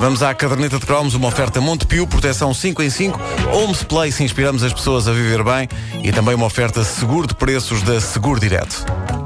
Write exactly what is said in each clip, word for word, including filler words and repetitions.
Vamos à caderneta de cromos, uma oferta Montepio, proteção cinco em cinco, Homes Place, inspiramos as pessoas a viver bem, e também uma oferta seguro de preços da Seguro Direto.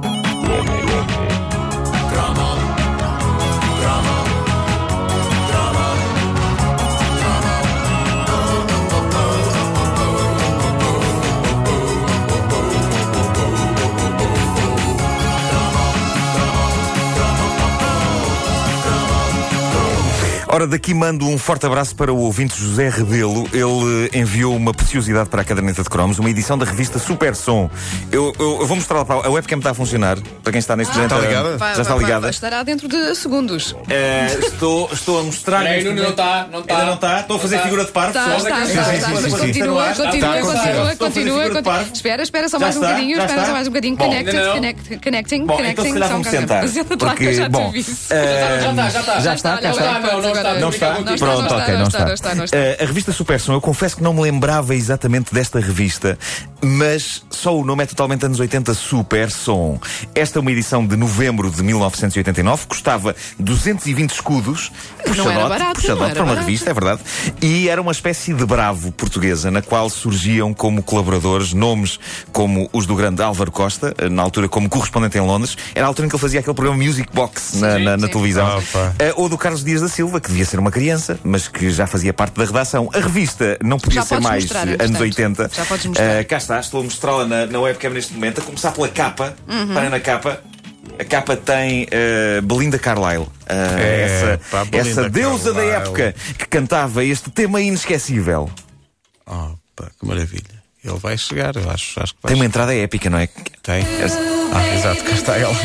Ora, daqui mando um forte abraço para o ouvinte José Rebelo. Ele enviou uma preciosidade para a caderneta de cromos, uma edição da revista Super Som. Eu, eu, eu vou mostrar lá, a webcam está a funcionar, para quem está neste ah, momento. Está ligada? Já está ligada? Estará dentro de segundos. É, estou, estou a mostrar. Peraí, não, não está, não está. Ainda não está? Estou a fazer figura de parvo. Está, está, está, está. Mas continua, continua, continua, continua, continua. Espera, espera só mais um bocadinho, espera só mais um bocadinho. Connected, connecting, bom, então se calhar vamos sentar. Porque, bom, já está, já está. Já está, já está. Não está, não está. Pronto, ok, não está. Uh, a revista Super Som, eu confesso que não me lembrava exatamente desta revista, mas só o nome é totalmente anos oitenta, Super Som. Esta é uma edição de novembro de mil novecentos e oitenta e nove, custava duzentos e vinte escudos, puxadote, puxadote para uma revista, é verdade, e era uma espécie de Bravo portuguesa, na qual surgiam como colaboradores nomes como os do grande Álvaro Costa, na altura como correspondente em Londres, era a altura em que ele fazia aquele programa Music Box na, na, na televisão, ah, uh, ou do Carlos Dias da Silva, que devia ser uma criança, mas que já fazia parte da redação. A revista não podia já ser mais mostrar, anos oitenta. Já podes mostrar. Uh, cá está, estou a mostrá-la na, na webcam neste momento, a começar pela capa. Uhum. Para na capa. A capa tem uh, Belinda Carlisle, uh, é, essa, pá, Belinda essa deusa Carlisle. da época que cantava este tema inesquecível. Oh, pá, que maravilha. Ele vai chegar, eu acho, acho que vai Tem uma chegar. entrada épica, não é? Tem. Ah, exato, cá está ela.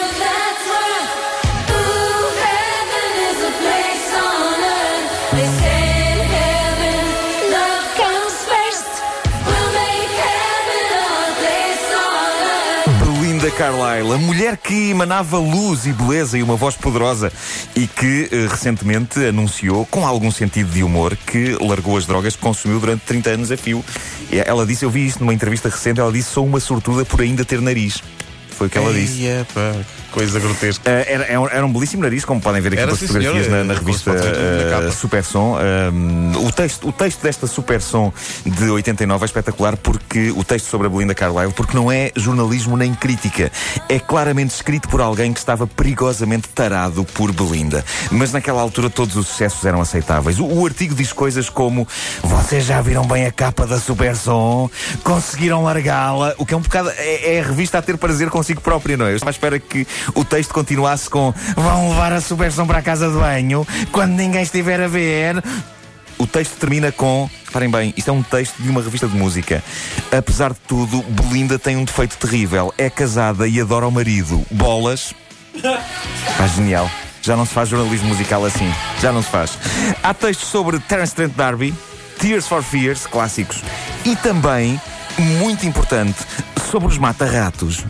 Carlisle, a mulher que emanava luz e beleza e uma voz poderosa e que uh, recentemente anunciou, com algum sentido de humor, que largou as drogas que consumiu durante trinta anos a fio. E ela disse, eu vi isto numa entrevista recente, ela disse, sou uma sortuda por ainda ter nariz. Foi o que ela disse. Eia, pá, coisa grotesca. Uh, era, era um belíssimo nariz, como podem ver aqui pelas fotografias na, na revista uh, Super Som. Uh, o, texto, o texto desta Super Som de oitenta e nove é espetacular, porque o texto sobre a Belinda Carlisle, porque não é jornalismo nem crítica. É claramente escrito por alguém que estava perigosamente tarado por Belinda. Mas naquela altura todos os sucessos eram aceitáveis. O, o artigo diz coisas como: vocês já viram bem a capa da Super Som? Conseguiram largá-la? O que é um bocado... É, é a revista a ter prazer consigo própria, não é? Eu estava à espera que o texto continuasse com: vão levar a Super Som para a casa de banho quando ninguém estiver a ver. O texto termina com, reparem bem, isto é um texto de uma revista de música. Apesar de tudo, Belinda tem um defeito terrível. É casada e adora o marido. Bolas. Ah, genial. Já não se faz jornalismo musical assim. Já não se faz. Há textos sobre Terence Trent D'Arby, Tears for Fears, clássicos. E também, muito importante, sobre os mata-ratos.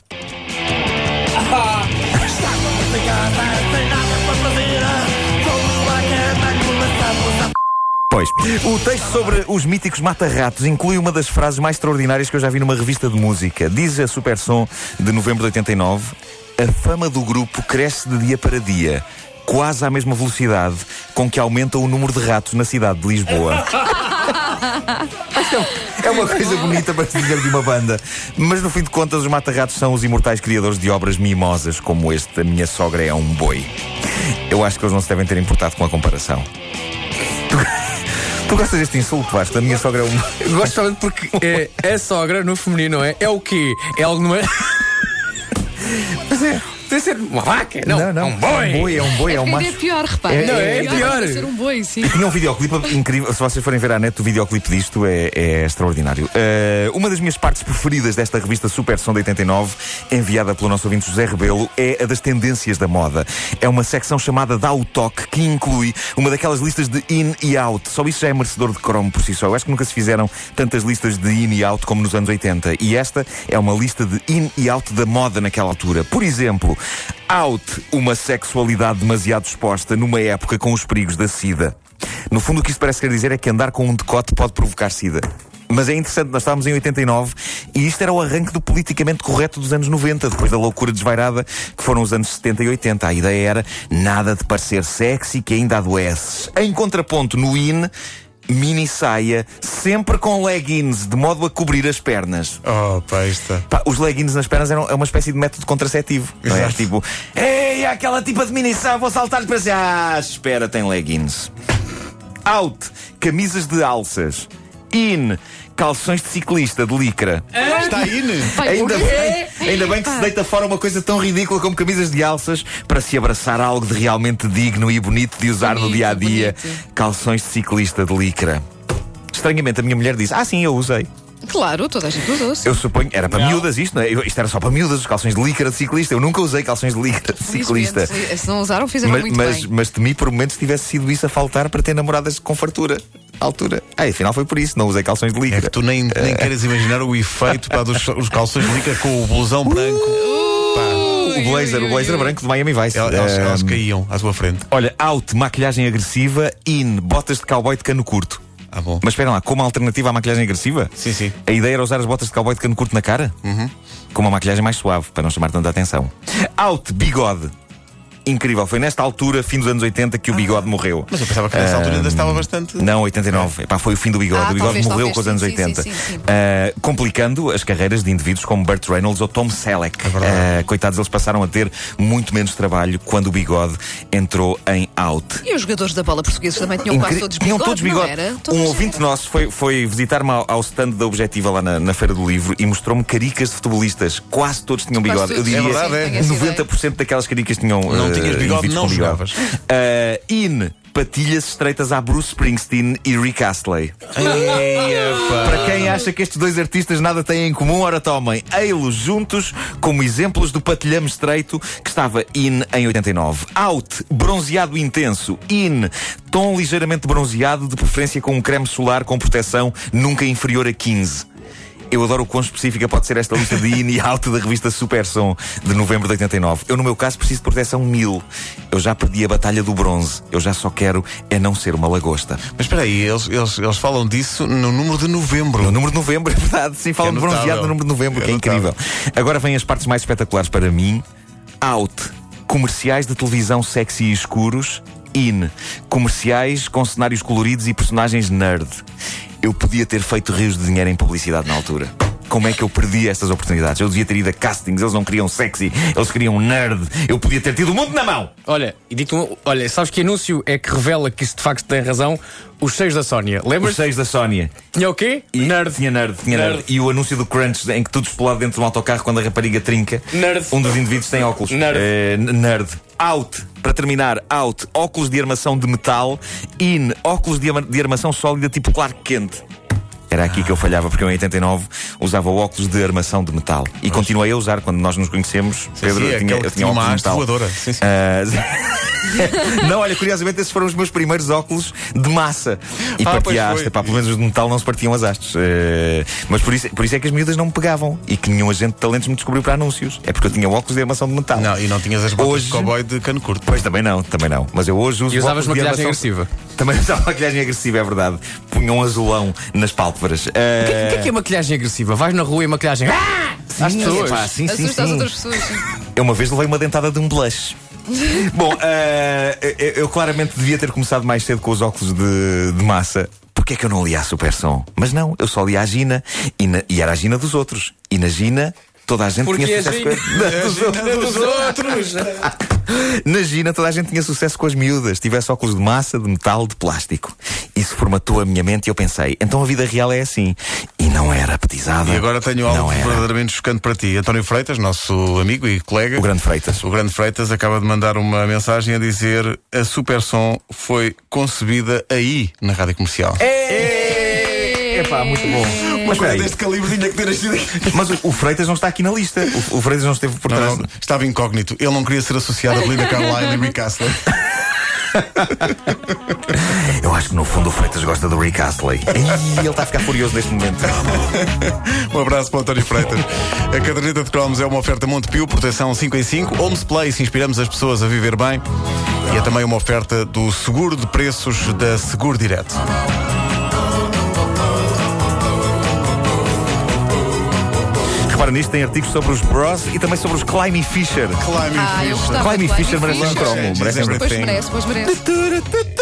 Pois, o texto sobre os míticos mata-ratos inclui uma das frases mais extraordinárias que eu já vi numa revista de música. Diz a Super Som de novembro de oitenta e nove: a fama do grupo cresce de dia para dia, quase à mesma velocidade com que aumenta o número de ratos na cidade de Lisboa. É uma coisa bonita para se dizer de uma banda, mas no fim de contas os mata-ratos são os imortais criadores de obras mimosas como este: A Minha Sogra é um Boi. Eu acho que eles não se devem ter importado com a comparação. Tu, tu gostas deste insulto, Vasco? A minha sogra é um... Eu gosto somente porque é, a sogra, no feminino, não é? É o quê? É algo numa... Mas é... Deve ser uma vaca, não, não, não. É um boi. É um boi, é um boi, é um macho. É pior, repare. É, não, é, é pior. É ser um boi, sim. Tinha um videoclipe incrível. Se vocês forem ver à net, o videoclipe disto é, é extraordinário. Uh, uma das minhas partes preferidas desta revista Super Som de oitenta e nove, enviada pelo nosso ouvinte José Rebelo, é a das tendências da moda. É uma secção chamada Dá o Toque, que inclui uma daquelas listas de in e out. Só isso já é merecedor de cromo por si só. Eu acho que nunca se fizeram tantas listas de in e out como nos anos oitenta. E esta é uma lista de in e out da moda naquela altura. Por exemplo, out, uma sexualidade demasiado exposta numa época com os perigos da SIDA. No fundo, o que isto parece querer dizer é que andar com um decote pode provocar SIDA. Mas é interessante, nós estávamos em oitenta e nove e isto era o arranque do politicamente correto dos anos noventa, depois da loucura desvairada que foram os anos setenta e oitenta. A ideia era nada de parecer sexy que ainda adoeces. Em contraponto, no in, mini saia, sempre com leggings, de modo a cobrir as pernas. Oh, pá, isto... Pá, os leggings nas pernas eram é uma espécie de método contraceptivo. Não é? Tipo, ei, aquela tipa de mini saia, vou saltar para já. Ah, espera, tem leggings. Out, camisas de alças. In, calções de ciclista de licra. Ah, está in? Ainda bem, ainda bem que se deita fora uma coisa tão ridícula como camisas de alças para se abraçar a algo de realmente digno e bonito de usar bonito, no dia a dia. Bonito. Calções de ciclista de licra. Estranhamente, a minha mulher disse: ah, sim, eu usei. Claro, toda a gente usou. Eu suponho, era para não. miúdas isto, não é? Isto era só para miúdas, os calções de licra de ciclista. Eu nunca usei calções de licra de ciclista. Se não usaram, fizeram mas, muito mas, bem. Mas temi por momentos tivesse sido isso a faltar para ter namoradas com fartura. Altura. Ah, afinal foi por isso, não usei calções de licra. É que tu nem, nem uh... queres imaginar o efeito pá, dos os calções de licra com o blusão branco. Uh, pá. O blazer, o blazer branco de Miami Vice. Elas, elas, elas caíam à tua frente. Olha, out, maquilhagem agressiva. In, botas de cowboy de cano curto. Ah, bom. Mas espera lá, como alternativa à maquilhagem agressiva? Sim, sim. A ideia era usar as botas de cowboy de cano curto na cara? Uhum. Com uma maquilhagem mais suave, para não chamar tanta atenção. Out, bigode. Incrível, foi nesta altura, fim dos anos oitenta, que o bigode ah, morreu. Mas eu pensava que nessa uh, altura ainda estava bastante... Não, oitenta e nove. Epá, foi o fim do bigode. Ah, o bigode talvez, morreu talvez, com os anos sim, oitenta. Sim, sim, sim. Uh, complicando as carreiras de indivíduos como Burt Reynolds ou Tom Selleck. É uh, coitados, eles passaram a ter muito menos trabalho quando o bigode entrou em out. E os jogadores da bola portugueses também tinham quase todos bigode, tinham todos bigode. Não era? Um ouvinte nosso foi, foi visitar-me ao, ao stand da Objetiva lá na, na Feira do Livro e mostrou-me caricas de futebolistas. Quase todos tinham bigode. Eu diria é verdade, é. noventa por cento daquelas caricas tinham Não uh, tinhas bigode, não jogavas. Uh, in, patilhas estreitas a Bruce Springsteen e Rick Astley. Para quem acha que estes dois artistas nada têm em comum, ora tomem, ei-los juntos como exemplos do patilhame estreito que estava in em oitenta e nove. Out, bronzeado intenso. In, tom ligeiramente bronzeado, de preferência com um creme solar com proteção nunca inferior a quinze. Eu adoro o quão específica pode ser esta lista de in e out da revista Super Som de novembro de oitenta e nove. Eu, no meu caso, preciso de proteção mil. Eu já perdi a batalha do bronze. Eu já só quero é não ser uma lagosta. Mas espera aí, eles, eles, eles falam disso no número de novembro. No número de novembro, é verdade. Sim, falam de bronzeado no número de novembro, que é, é incrível. Agora vêm as partes mais espetaculares para mim. Out. Comerciais de televisão sexy e escuros. In. Comerciais com cenários coloridos e personagens nerd. Eu podia ter feito rios de dinheiro em publicidade na altura. Como é que eu perdi estas oportunidades? Eu devia ter ido a castings, eles não queriam sexy, eles queriam nerd. Eu podia ter tido o mundo na mão. Olha, e digo-te, olha, sabes que anúncio é que revela que isso de facto tem razão? Os seios da Sónia, lembras? Os seios da Sónia. Tinha o quê? E nerd. Tinha nerd, tinha nerd. nerd. E o anúncio do Crunch, em que tudo explode dentro de um autocarro quando a rapariga trinca. Nerd. Um dos indivíduos tem óculos. Nerd. É, nerd. Out, para terminar, out, óculos de armação de metal. In, óculos de, de armação sólida tipo Clark Kent. Era aqui que eu falhava, porque eu em oitenta e nove usava óculos de armação de metal. E Mas... continuei a usar quando nós nos conhecemos. Sim, Pedro, sim, eu tinha, eu tinha óculos de metal. Voadora. Sim, sim. Uh... não, olha, curiosamente esses foram os meus primeiros óculos de massa. E ah, partia a haste. Pá, pelo menos os de metal não se partiam as hastes. Uh... Mas por isso, por isso é que as miúdas não me pegavam. E que nenhum agente de talentos me descobriu para anúncios. É porque eu tinha óculos de armação de metal. Não, e não tinhas as botas hoje... de cowboy de cano curto. Pois também não, também não. Mas eu hoje uso. E usavas maquilhagem armação... agressiva. Também usava maquilhagem agressiva, é verdade. Punha um azulão nas pálpebras. Uh... O que é que é maquilhagem agressiva? Vais na rua e maquilhagem. Ah! Às pessoas. Pá, sim, sim, Assusta as sim. outras pessoas. Eu uma vez levei uma dentada de um blush. Bom, uh, eu, eu claramente devia ter começado mais cedo com os óculos de, de massa. Porquê é que eu não li a Super Som? Mas não, eu só li a Gina e, na, e era a Gina dos outros. E na Gina toda a gente Porque tinha sucesso Gina... com a... dos, dos, dos outros. Na Gina toda a gente tinha sucesso com as miúdas. Tivesse óculos de massa, de metal, de plástico. Isso formatou a minha mente e eu pensei, então a vida real é assim. E não era petizada. E agora tenho algo verdadeiramente chocante para ti. António Freitas, nosso amigo e colega. O Grande Freitas. O Grande Freitas acaba de mandar uma mensagem a dizer: a Super Som foi concebida aí, na Rádio Comercial. É pá, muito bom. Uma coisa deste calibre tinha que ter nascido aqui. Mas o, o Freitas não está aqui na lista. O, o Freitas não esteve por trás. Não, não, estava incógnito. Ele não queria ser associado a Belinda Carlisle e Rick Astley. Eu acho que no fundo o Freitas gosta do Rick Astley. E ele está a ficar furioso neste momento. Um abraço para o António Freitas. A caderneta de cromos é uma oferta Montepio, proteção cinco em cinco. Homes Play, se inspiramos as pessoas a viver bem. E é também uma oferta do seguro de preços da Seguro Direto. falar nisto, tem artigos sobre os Bros e também sobre os Climby Fisher. Climby ah, Fisher. Climby Fisher merece um cromo. Merece, pois merece, pois merece.